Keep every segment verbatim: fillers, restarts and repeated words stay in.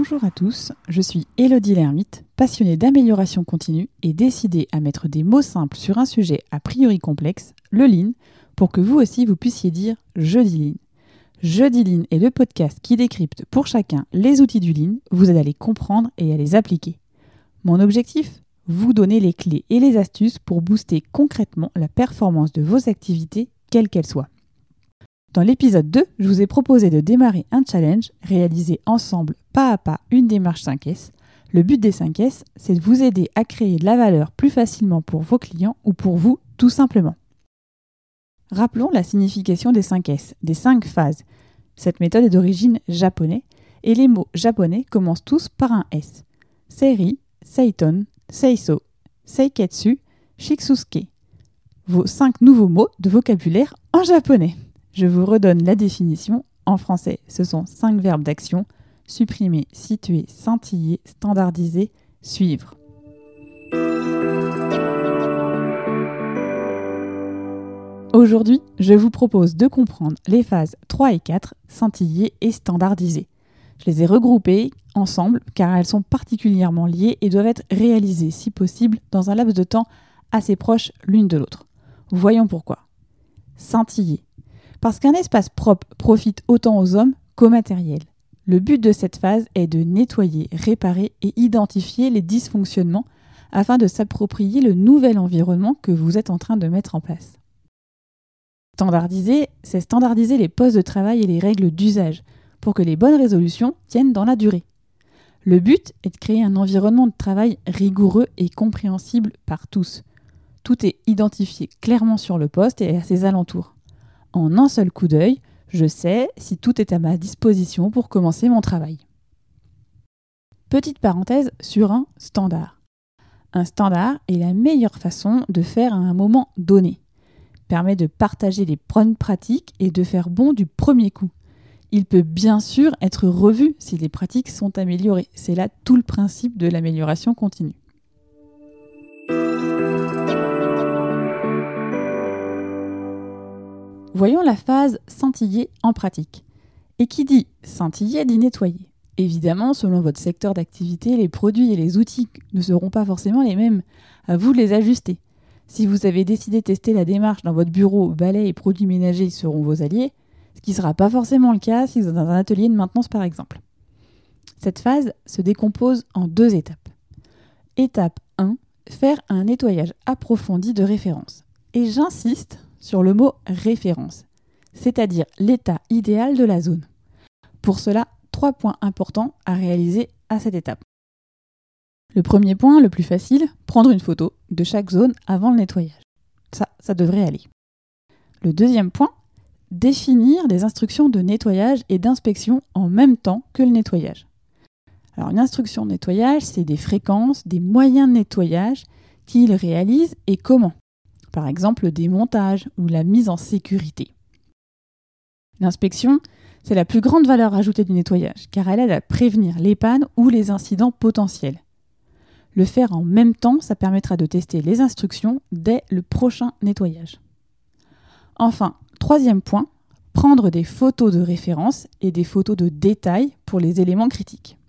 Bonjour à tous, je suis Élodie l'Ermite, passionnée d'amélioration continue et décidée à mettre des mots simples sur un sujet a priori complexe, le Lean, pour que vous aussi vous puissiez dire « Je dis Lean ». Je dis Lean est le podcast qui décrypte pour chacun les outils du Lean, vous aide à les comprendre et à les appliquer. Mon objectif ? Vous donner les clés et les astuces pour booster concrètement la performance de vos activités, quelles qu'elles soient. Dans l'épisode deux, je vous ai proposé de démarrer un challenge, réaliser ensemble pas à pas une démarche cinq S. Le but des cinq S, c'est de vous aider à créer de la valeur plus facilement pour vos clients ou pour vous, tout simplement. Rappelons la signification des cinq S, des cinq phases. Cette méthode est d'origine japonaise et les mots japonais commencent tous par un S. Seiri, Seiton, Seiso, Seiketsu, Shiksusuke. Vos cinq nouveaux mots de vocabulaire en japonais. Je vous redonne la définition. En français, ce sont cinq verbes d'action. Supprimer, situer, scintiller, standardiser, suivre. Aujourd'hui, je vous propose de comprendre les phases trois et quatre, scintiller et standardiser. Je les ai regroupées ensemble car elles sont particulièrement liées et doivent être réalisées, si possible, dans un laps de temps assez proche l'une de l'autre. Voyons pourquoi. Scintiller. Parce qu'un espace propre profite autant aux hommes qu'au matériel. Le but de cette phase est de nettoyer, réparer et identifier les dysfonctionnements afin de s'approprier le nouvel environnement que vous êtes en train de mettre en place. Standardiser, c'est standardiser les postes de travail et les règles d'usage pour que les bonnes résolutions tiennent dans la durée. Le but est de créer un environnement de travail rigoureux et compréhensible par tous. Tout est identifié clairement sur le poste et à ses alentours. En un seul coup d'œil, je sais si tout est à ma disposition pour commencer mon travail. Petite parenthèse sur un standard. Un standard est la meilleure façon de faire à un moment donné. Permet de partager les bonnes pratiques et de faire bon du premier coup. Il peut bien sûr être revu si les pratiques sont améliorées. C'est là tout le principe de l'amélioration continue. Voyons la phase scintiller en pratique. Et qui dit scintiller dit nettoyer. Évidemment, selon votre secteur d'activité, les produits et les outils ne seront pas forcément les mêmes. À vous de les ajuster. Si vous avez décidé de tester la démarche dans votre bureau, balais et produits ménagers seront vos alliés, ce qui ne sera pas forcément le cas si vous êtes dans un atelier de maintenance par exemple. Cette phase se décompose en deux étapes. Étape un, faire un nettoyage approfondi de référence. Et j'insiste sur le mot référence, c'est-à-dire l'état idéal de la zone. Pour cela, trois points importants à réaliser à cette étape. Le premier point, le plus facile, prendre une photo de chaque zone avant le nettoyage. Ça, ça devrait aller. Le deuxième point, définir des instructions de nettoyage et d'inspection en même temps que le nettoyage. Alors une instruction de nettoyage, c'est des fréquences, des moyens de nettoyage qu'il réalise et comment. Par exemple, le démontage ou la mise en sécurité. L'inspection, c'est la plus grande valeur ajoutée du nettoyage, car elle aide à prévenir les pannes ou les incidents potentiels. Le faire en même temps, ça permettra de tester les instructions dès le prochain nettoyage. Enfin, troisième point, prendre des photos de référence et des photos de détail pour les éléments critiques.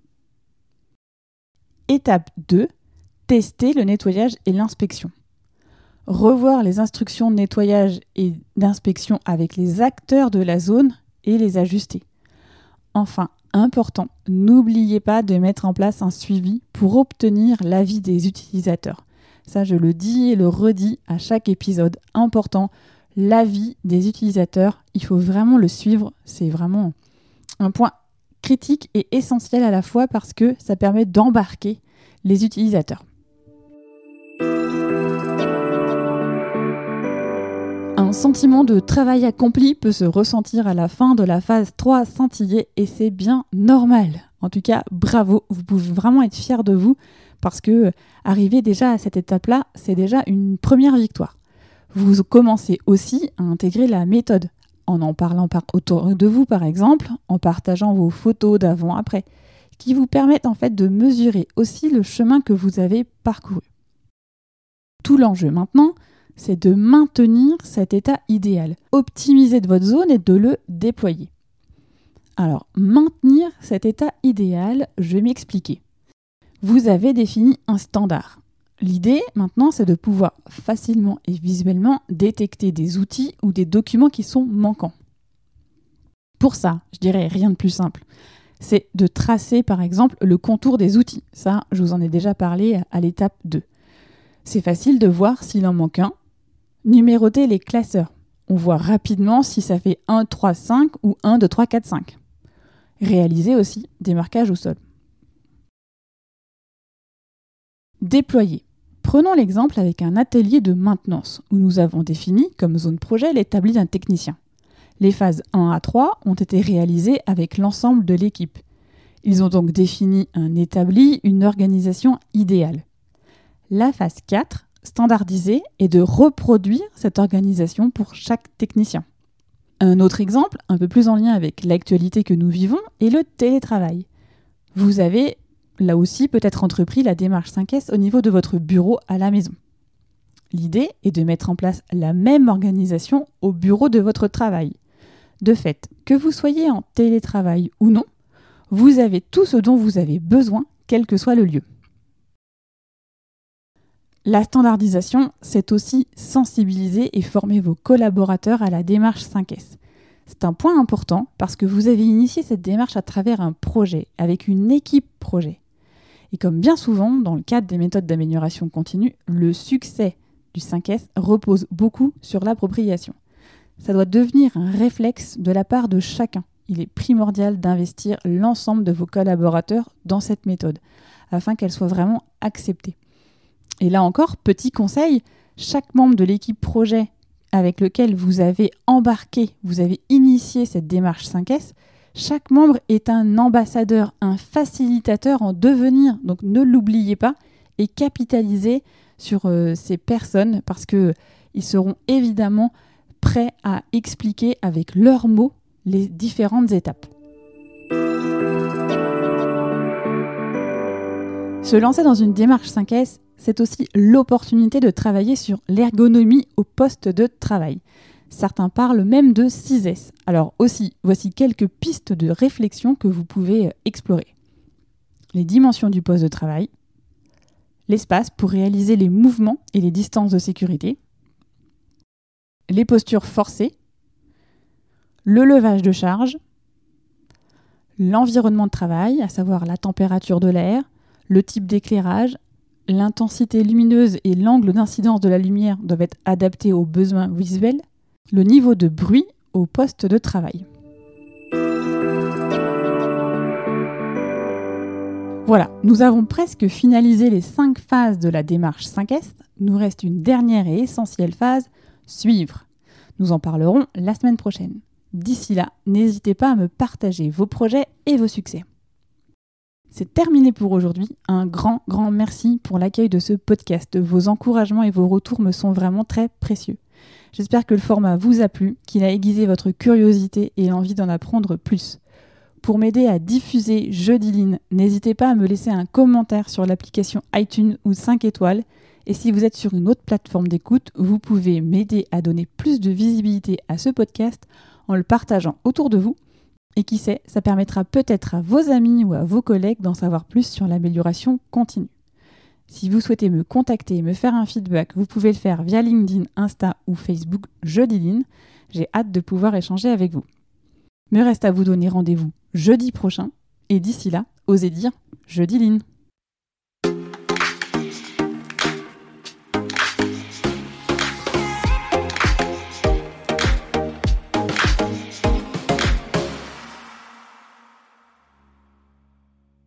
Étape deux, tester le nettoyage et l'inspection. Revoir les instructions de nettoyage et d'inspection avec les acteurs de la zone et les ajuster. Enfin, important, n'oubliez pas de mettre en place un suivi pour obtenir l'avis des utilisateurs. Ça, je le dis et le redis à chaque épisode. Important, l'avis des utilisateurs, il faut vraiment le suivre. C'est vraiment un point critique et essentiel à la fois parce que ça permet d'embarquer les utilisateurs. Un sentiment de travail accompli peut se ressentir à la fin de la phase trois scintiller et c'est bien normal. En tout cas, bravo, vous pouvez vraiment être fiers de vous parce que arriver déjà à cette étape-là, c'est déjà une première victoire. Vous commencez aussi à intégrer la méthode en en parlant par autour de vous par exemple, en partageant vos photos d'avant-après, qui vous permettent en fait de mesurer aussi le chemin que vous avez parcouru. Tout l'enjeu maintenant, c'est de maintenir cet état idéal, optimiser de votre zone et de le déployer. Alors, maintenir cet état idéal, je vais m'expliquer. Vous avez défini un standard. L'idée, maintenant, c'est de pouvoir facilement et visuellement détecter des outils ou des documents qui sont manquants. Pour ça, je dirais rien de plus simple. C'est de tracer, par exemple, le contour des outils. Ça, je vous en ai déjà parlé à l'étape deux. C'est facile de voir s'il en manque un. Numéroter les classeurs. On voit rapidement si ça fait un, trois, cinq ou un, deux, trois, quatre, cinq. Réaliser aussi des marquages au sol. Déployer. Prenons l'exemple avec un atelier de maintenance où nous avons défini comme zone projet l'établi d'un technicien. Les phases un à trois ont été réalisées avec l'ensemble de l'équipe. Ils ont donc défini un établi, une organisation idéale. La phase quatre, standardisée, est de reproduire cette organisation pour chaque technicien. Un autre exemple, un peu plus en lien avec l'actualité que nous vivons, est le télétravail. Vous avez là aussi peut-être entrepris la démarche cinq S au niveau de votre bureau à la maison. L'idée est de mettre en place la même organisation au bureau de votre travail. De fait, que vous soyez en télétravail ou non, vous avez tout ce dont vous avez besoin, quel que soit le lieu. La standardisation, c'est aussi sensibiliser et former vos collaborateurs à la démarche cinq S. C'est un point important parce que vous avez initié cette démarche à travers un projet, avec une équipe projet. Et comme bien souvent, dans le cadre des méthodes d'amélioration continue, le succès du cinq S repose beaucoup sur l'appropriation. Ça doit devenir un réflexe de la part de chacun. Il est primordial d'investir l'ensemble de vos collaborateurs dans cette méthode, afin qu'elle soit vraiment acceptée. Et là encore, petit conseil, chaque membre de l'équipe projet avec lequel vous avez embarqué, vous avez initié cette démarche cinq S, chaque membre est un ambassadeur, un facilitateur en devenir. Donc ne l'oubliez pas et capitalisez sur euh, ces personnes parce qu'ils seront évidemment prêts à expliquer avec leurs mots les différentes étapes. Se lancer dans une démarche cinq S, c'est aussi l'opportunité de travailler sur l'ergonomie au poste de travail. Certains parlent même de six S. Alors aussi, voici quelques pistes de réflexion que vous pouvez explorer. Les dimensions du poste de travail, l'espace pour réaliser les mouvements et les distances de sécurité, les postures forcées, le levage de charge, l'environnement de travail, à savoir la température de l'air, le type d'éclairage, l'intensité lumineuse et l'angle d'incidence de la lumière doivent être adaptés aux besoins visuels, le niveau de bruit au poste de travail. Voilà, nous avons presque finalisé les cinq phases de la démarche cinq S. Nous reste une dernière et essentielle phase, suivre. Nous en parlerons la semaine prochaine. D'ici là, n'hésitez pas à me partager vos projets et vos succès. C'est terminé pour aujourd'hui. Un grand, grand merci pour l'accueil de ce podcast. Vos encouragements et vos retours me sont vraiment très précieux. J'espère que le format vous a plu, qu'il a aiguisé votre curiosité et l'envie d'en apprendre plus. Pour m'aider à diffuser Jeudi Lean, n'hésitez pas à me laisser un commentaire sur l'application iTunes ou cinq étoiles. Et si vous êtes sur une autre plateforme d'écoute, vous pouvez m'aider à donner plus de visibilité à ce podcast en le partageant autour de vous. Et qui sait, ça permettra peut-être à vos amis ou à vos collègues d'en savoir plus sur l'amélioration continue. Si vous souhaitez me contacter et me faire un feedback, vous pouvez le faire via LinkedIn, Insta ou Facebook Jeudi Lean. J'ai hâte de pouvoir échanger avec vous. Me reste à vous donner rendez-vous jeudi prochain. Et d'ici là, osez dire Jeudi Lean.